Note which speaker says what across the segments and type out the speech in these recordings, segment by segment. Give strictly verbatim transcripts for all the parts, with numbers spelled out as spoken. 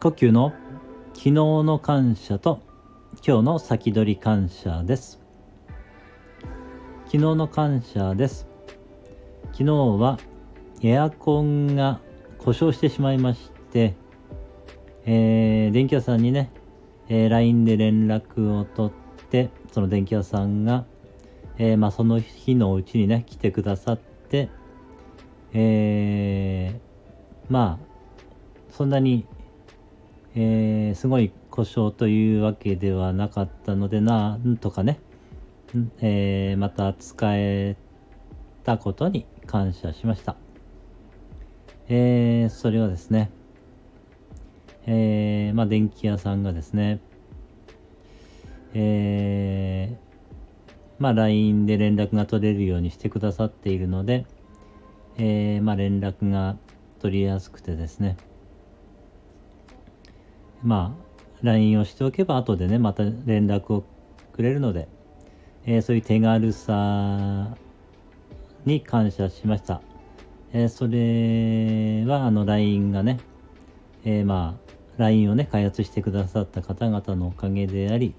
Speaker 1: 呼吸の昨日の感謝と今日の先取り感謝です。昨日の感謝です。昨日はエアコンが故障してしまいまして、えー、電気屋さんにね、えー、ライン で連絡を取って、その電気屋さんが、えーまあ、その日のうちにね来てくださって、えー、まあそんなにえー、すごい故障というわけではなかったので、なんとかね、えー、また使えたことに感謝しました。えー、それはですね、えー、まあ電気屋さんがですね、えー、まあ ライン で連絡が取れるようにしてくださっているので、えー、まあ連絡が取りやすくてですね、まあ ライン をしておけば後でねまた連絡をくれるので、えー、そういう手軽さに感謝しました。えー、それはあの ライン がね、えー、まあ ライン をね開発してくださった方々のおかげであり、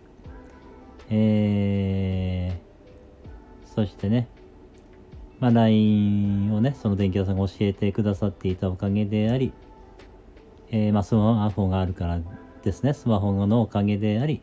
Speaker 1: えー、そしてね、まあ ライン をねその電気屋さんが教えてくださっていたおかげであり、えー、まあスマホがあるからですね、スマホのおかげであり、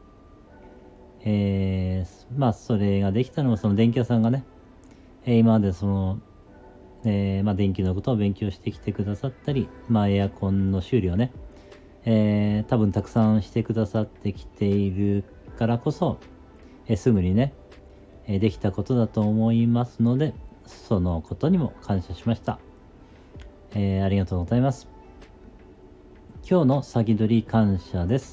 Speaker 1: えー、まあそれができたのはその電気屋さんがね、えー、今までその、えー、まあ電気のことを勉強してきてくださったり、まあエアコンの修理をね、えー、多分たくさんしてくださってきているからこそ、えー、すぐにね、えー、できたことだと思いますので、そのことにも感謝しました。えー、ありがとうございます。今日の先取り感謝です。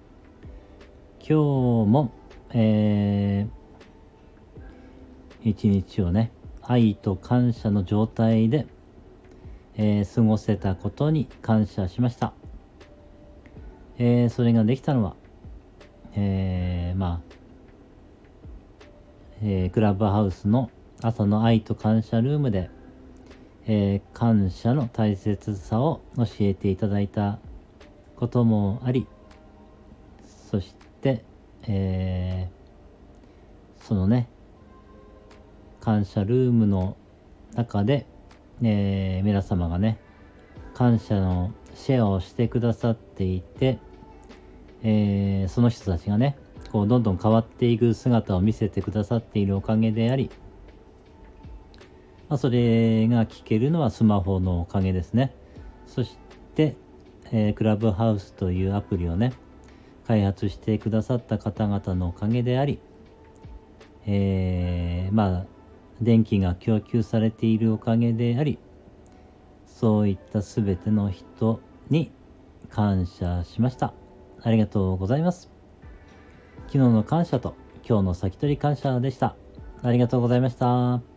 Speaker 1: 今日も、えー、一日をね、愛と感謝の状態で、えー、過ごせたことに感謝しました。えー、それができたのは、えー、まあ、えー、クラブハウスの朝の愛と感謝ルームで、えー、感謝の大切さを教えていただいたこともあり、そして、えー、そのね、感謝ルームの中で、えー、皆様がね、感謝のシェアをしてくださっていて、えー、その人たちがね、こうどんどん変わっていく姿を見せてくださっているおかげであり、まあ、それが聞けるのはスマホのおかげですね。そして、えー、クラブハウスというアプリをね、開発してくださった方々のおかげであり、えー、まあ、電気が供給されているおかげであり、そういったすべての人に感謝しました。ありがとうございます。昨日の感謝と今日の先取り感謝でした。ありがとうございました。